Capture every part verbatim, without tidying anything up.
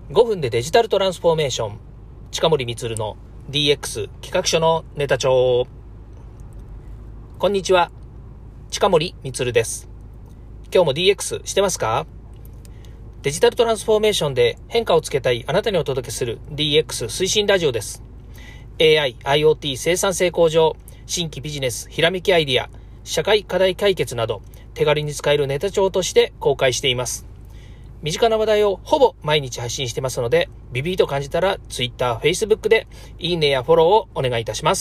ごふんでデジタルトランスフォーメーション、近森光の ディーエックス 企画書のネタ帳。こんにちは、近森光です。今日も ディーエックス してますか？デジタルトランスフォーメーションで変化をつけたいあなたにお届けする ディーエックス 推進ラジオです。エーアイ、アイオーティー 生産性向上、新規ビジネス、ひらめきアイディア、社会課題解決など手軽に使えるネタ帳として公開しています。身近な話題をほぼ毎日配信してますので、ビビーと感じたら Twitter、Facebook でいいねやフォローをお願いいたします。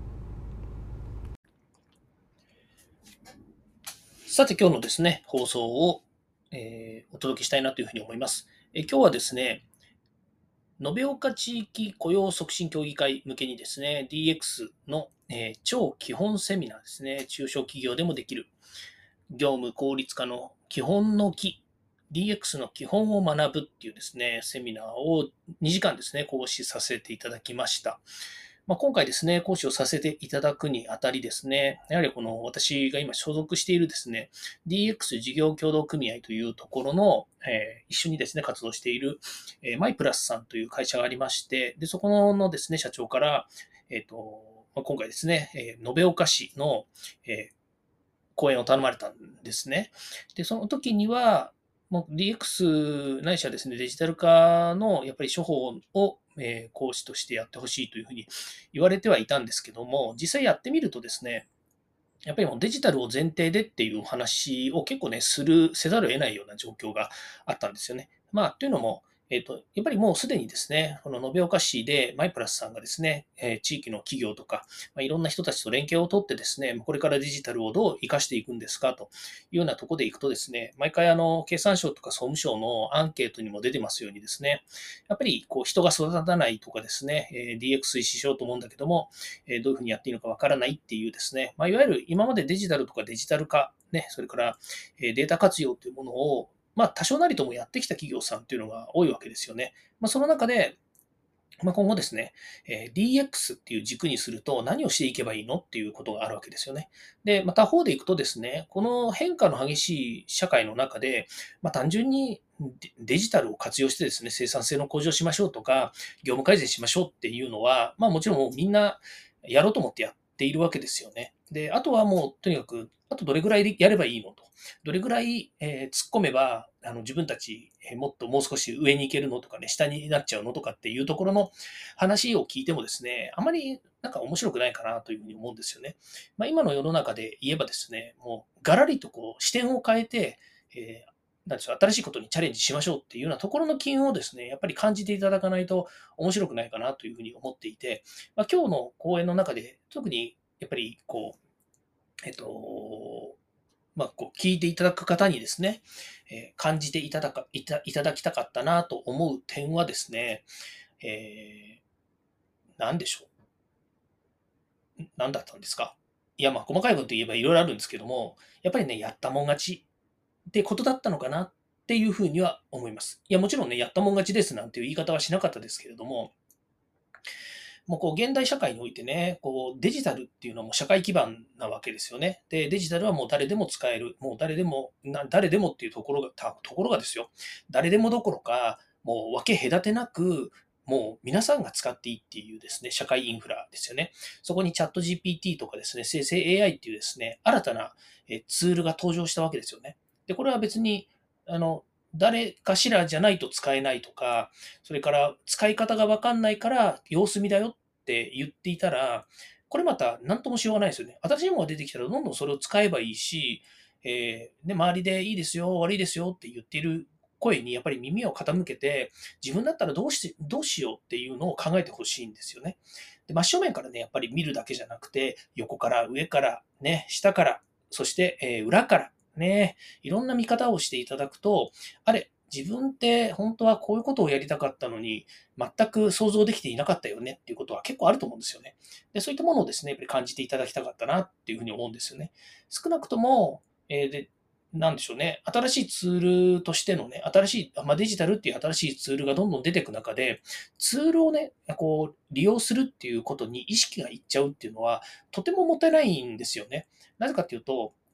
さて今日のですね、放送を、えーお届けしたいなというふうに思います。え今日はですね、延岡地域雇用促進協議会向けにですね、ディーエックス の、えー超基本セミナーですね、中小企業でもできる業務効率化の基本の木、ディーエックス の基本を学ぶっていうですね、セミナーをにじかんですね、講師させていただきました。まあ、今回ですね、講師をさせていただくにあたりですね、やはりこの私が今所属しているですね、ディーエックス 事業協同組合というところの、えー一緒にですね、活動している、えーマイプラスさんという会社がありまして、で、そこのですね、社長から、えっ、と、まあ今回ですね、えー延岡市の、えー講演を頼まれたんですね。で、その時には、もう ディーエックス ないしはですね、デジタル化のやっぱり処方を、えー講師としてやってほしいというふうに言われてはいたんですけども、実際やってみるとですね、やっぱりもうデジタルを前提でっていう話を結構ね、する、せざるを得ないような状況があったんですよね。まあ、というのも、えっ、と、やっぱりもうすでにですね、この延岡市でマイプラスさんがですね、えー地域の企業とか、まあ、いろんな人たちと連携を取ってですね、これからデジタルをどう活かしていくんですかというようなところでいくとですね、毎回あの、経産省とか総務省のアンケートにも出てますようにですね、やっぱりこう人が育たないとかですね、えー ディーエックス 推進しようと思うんだけども、えーどういうふうにやっていいのかわからないっていうですね、まあ、いわゆる今までデジタルとかデジタル化、ね、それからえーデータ活用というものを、まあ、多少なりともやってきた企業さんっていうのが多いわけですよね。まあ、その中で、まあ、今後ですね、えー ディーエックス っていう軸にすると何をしていけばいいのっていうことがあるわけですよね。で、まあ、他方でいくとですね、この変化の激しい社会の中で、まあ、単純にデデジタルを活用してですね、生産性の向上しましょうとか、業務改善しましょうっていうのは、まあもちろんもうみんなやろうと思ってやっているわけですよね。で、あとはもうとにかく、あとどれぐらいでやればいいのと。どれぐらい、えー突っ込めば、あの自分たち、えーもっともう少し上に行けるのとかね、下になっちゃうのとかっていうところの話を聞いてもですね、あまりなんか面白くないかなというふうに思うんですよね。まあ、今の世の中で言えばですね、もうガラリとこう視点を変えて、えーなんでしょう、新しいことにチャレンジしましょうっていうようなところの機運をですね、やっぱり感じていただかないと面白くないかなというふうに思っていて、まあ、今日の講演の中で特にやっぱりこう、えっと、まあ、こう聞いていただく方にですね、えー感じていただかいたいただきたかったなと思う点はですね、えー、何でしょう。何だったんですか。いや、まあ、細かいこと言えばいろいろあるんですけども、やっぱりね、やったもん勝ちってことだったのかなっていうふうには思います。いや、もちろんね、やったもん勝ちですなんていう言い方はしなかったですけれども、もうこう現代社会においてね、こうデジタルっていうのはもう社会基盤なわけですよね。で、デジタルはもう誰でも使える。もう誰でも、な誰でもっていうところが、たところがですよ。誰でもどころか、もう分け隔てなく、もう皆さんが使っていいっていうですね、社会インフラですよね。そこにチャット ジーピーティー とかですね、生成 エーアイ っていうですね、新たなえツールが登場したわけですよね。で、これは別に、あの、誰かしらじゃないと使えないとか、それから使い方がわかんないから様子見だよって言っていたら、これまた何ともしようがないですよね。新しいものが出てきたらどんどんそれを使えばいいし、えーね、周りでいいですよ、悪いですよって言っている声にやっぱり耳を傾けて、自分だったらどうして、どうしようっていうのを考えてほしいんですよね。で、真正面からね、やっぱり見るだけじゃなくて、横から上からね、下から、そして、えー裏からね、いろんな見方をしていただくと、あれ、自分って本当はこういうことをやりたかったのに、全く想像できていなかったよねっていうことは結構あると思うんですよね。で、そういったものをですね、やっぱり感じていただきたかったなっていうふうに思うんですよね。少なくとも、えーで、なんでしょうね、新しいツールとしてのね、新しい、まあ、デジタルっていう新しいツールがどんどん出ていく中で、ツールをね、こう、利用するっていうことに意識がいっちゃうっていうのは、とてももったいないんですよね。なぜかっていうと、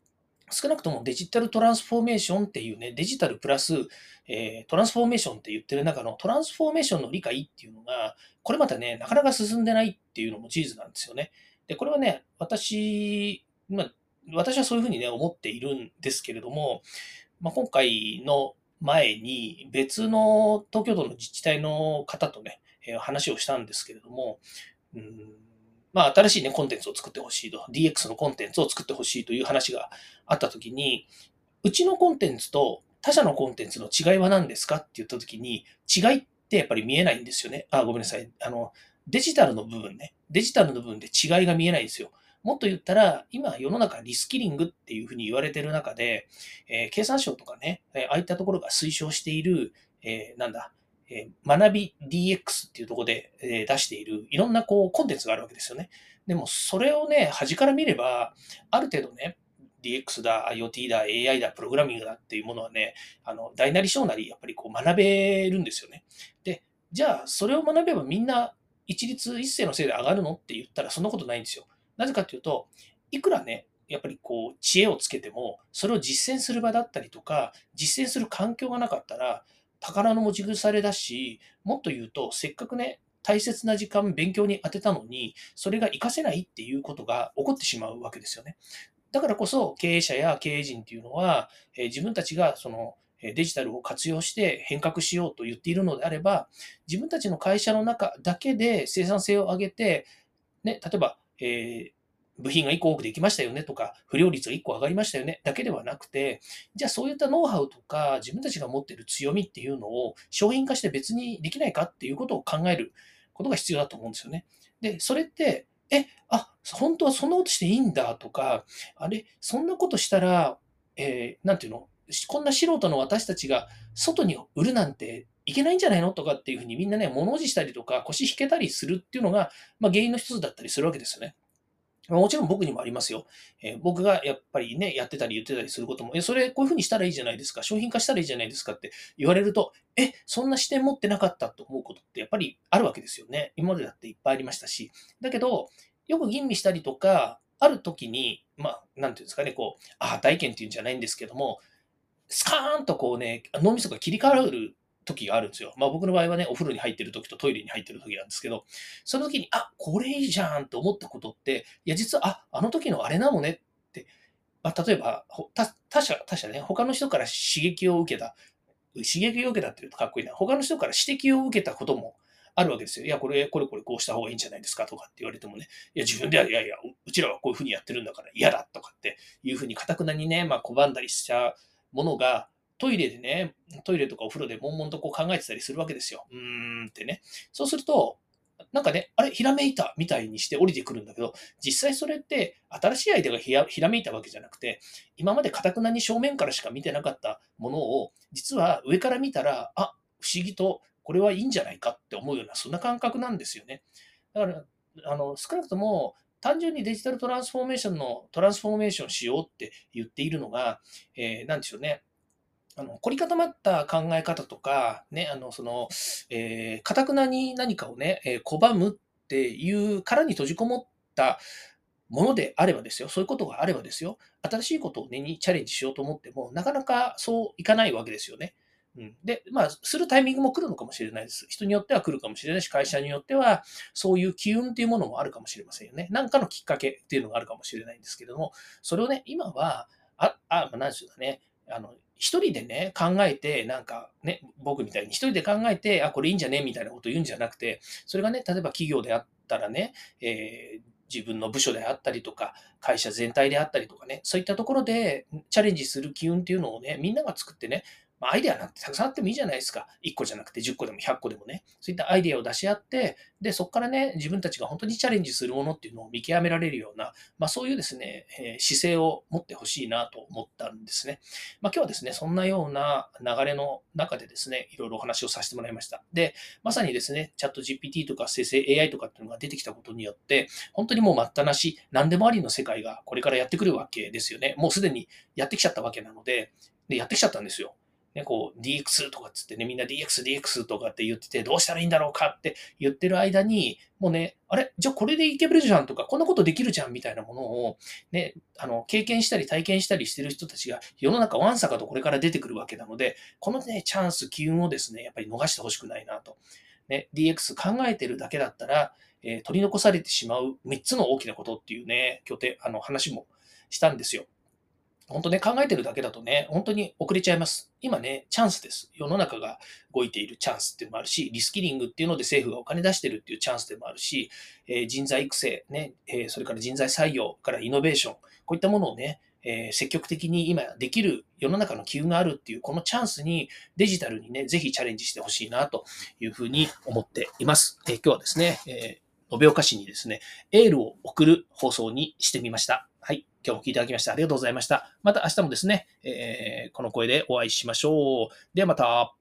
少なくともデジタルトランスフォーメーションっていうね、デジタルプラス、えートランスフォーメーションって言ってる中のトランスフォーメーションの理解っていうのが、これまたね、なかなか進んでないっていうのも事実なんですよね。で、これはね、私、まあ、私はそういうふうにね、思っているんですけれども、まあ、今回の前に別の東京都の自治体の方とね、えー話をしたんですけれども、うん、まあ、新しいね、コンテンツを作ってほしいと、ディーエックス のコンテンツを作ってほしいという話があったときに、うちのコンテンツと他社のコンテンツの違いは何ですかって言ったときに、違いってやっぱり見えないんですよね。あ、ごめんなさい。あの、デジタルの部分ね。デジタルの部分で違いが見えないんですよ。もっと言ったら、今世の中リスキリングっていうふうに言われている中で、えー経産省とかね、えーああいったところが推奨している、えーなんだ、えー学び ディーエックス っていうところで、えー出しているいろんなこうコンテンツがあるわけですよね。でもそれをね、端から見れば、ある程度ね、ディーエックス だ、IoT だ、エーアイ だ、プログラミングだっていうものはね、あの、大なり小なり、やっぱりこう学べるんですよね。で、じゃあ、それを学べばみんな一律一斉のせいで上がるのって言ったらそんなことないんですよ。なぜかっていうと、いくらね、やっぱりこう、知恵をつけても、それを実践する場だったりとか、実践する環境がなかったら、宝の持ち腐れだし、もっと言うと、せっかくね、大切な時間勉強に当てたのに、それが活かせないっていうことが起こってしまうわけですよね。だからこそ経営者や経営陣っていうのは、えー自分たちがそのえーデジタルを活用して変革しようと言っているのであれば、自分たちの会社の中だけで生産性を上げて、ね、例えば、えー部品がいっこ多くできましたよねとか、不良率がいっこ上がりましたよねだけではなくて、じゃあそういったノウハウとか、自分たちが持っている強みっていうのを商品化して別にできないかっていうことを考えることが必要だと思うんですよね。で、それって、え、あ、本当はそんなことしていいんだとか、あれ、そんなことしたら、えーなんていうの、こんな素人の私たちが外に売るなんていけないんじゃないのとかっていうふうにみんなね、物おじしたりとか腰引けたりするっていうのが、まあ、原因の一つだったりするわけですよね。もちろん僕にもありますよ。えー僕がやっぱりね、やってたり言ってたりすることも、え、それこういうふうにしたらいいじゃないですか、商品化したらいいじゃないですかって言われると、え、そんな視点持ってなかったと思うことってやっぱりあるわけですよね。今までだっていっぱいありましたし。だけど、よく吟味したりとか、ある時に、まあ、なんていうんですかね、こう、ああ、体験っていうんじゃないんですけども、スカーンとこうね、脳みそが切り替わる時があるんですよ。まあ僕の場合はね、お風呂に入ってる時とトイレに入ってる時なんですけど、その時に、あ、これいいじゃんと思ったことって、いや実は、あ、あの時のあれなのねって、まあ例えば、ほ他他者、他者ね、他の人から刺激を受けた、刺激を受けたって言うとかっこいいな。他の人から指摘を受けたこともあるわけですよ。いや、これ、これ、これ、こうした方がいいんじゃないですかとかって言われてもね、いや、自分では、いやいや、うちらはこういうふうにやってるんだから嫌だとかっていうふうに、かたくなにね、まあ、拒んだりしちゃうものが、トイレでね、トイレとかお風呂で悶々とこう考えてたりするわけですよ。うーんってね。そうすると、なんかね、あれ、ひらめいたみたいにして降りてくるんだけど、実際それって新しいアイデアがひらひらめいたわけじゃなくて、今までかたくなに正面からしか見てなかったものを、実は上から見たら、あ、不思議とこれはいいんじゃないかって思うような、そんな感覚なんですよね。だから、あの、少なくとも、単純にデジタルトランスフォーメーションのトランスフォーメーションしようって言っているのが、えー、なんでしょうね。あの、凝り固まった考え方とか、ね、あの、その、えー、かたくなに何かをね、えー拒むっていう殻に閉じこもったものであればですよ、そういうことがあればですよ、新しいことをね、にチャレンジしようと思っても、なかなかそういかないわけですよね。うん、で、まあ、するタイミングも来るのかもしれないです。人によっては来るかもしれないし、会社によっては、そういう機運っていうものもあるかもしれませんよね。なんかのきっかけっていうのがあるかもしれないんですけれども、それをね、今は、あ、あ、まあ、なんでしょうかね、あの、一人でね、考えて、なんかね、僕みたいに一人で考えて、あ、これいいんじゃねみたいなことを言うんじゃなくて、それがね、例えば企業であったらね、えー自分の部署であったりとか、会社全体であったりとかね、そういったところでチャレンジする機運っていうのをね、みんなが作ってね、まあ、アイデアなんてたくさんあってもいいじゃないですか。いっこじゃなくてじゅっこでもひゃっこでもね。そういったアイデアを出し合って、で、そこからね、自分たちが本当にチャレンジするものっていうのを見極められるような、まあそういうですね、えー姿勢を持ってほしいなと思ったんですね。まあ今日はですね、そんなような流れの中でですね、いろいろお話をさせてもらいました。で、まさにですね、チャット ジーピーティー とか生成 エーアイ とかっていうのが出てきたことによって、本当にもう待ったなし、何でもありの世界がこれからやってくるわけですよね。もうすでにやってきちゃったわけなので、でやってきちゃったんですよ。 ね、こう ディーエックス とかっつってね、みんな ディーエックス、ディーエックス とかって言ってて、どうしたらいいんだろうかって言ってる間に、もうね、あれじゃあこれでいけるじゃんとか、こんなことできるじゃんみたいなものを、ね、あの、経験したり体験したりしてる人たちが世の中わんさかとこれから出てくるわけなので、このね、チャンス、機運をですね、やっぱり逃してほしくないなと。ね、ディーエックス 考えてるだけだったら、えー取り残されてしまうみっつの大きなことっていうね、拠点、あの話もしたんですよ。本当ね、考えてるだけだとね、本当に遅れちゃいます。今ね、チャンスです。世の中が動いているチャンスっていうのもあるし、リスキリングっていうので政府がお金出してるっていうチャンスでもあるし、えー人材育成、ね、えーそれから人材採用からイノベーション、こういったものをね、えー積極的に今できる世の中の機運があるっていうこのチャンスにデジタルにね、ぜひチャレンジしてほしいなというふうに思っています。えー今日はですね、えー延岡市にですね、エールを送る放送にしてみました。はい。今日も聞いていただきましてありがとうございました。また明日もですね、えーこの声でお会いしましょう。ではまた。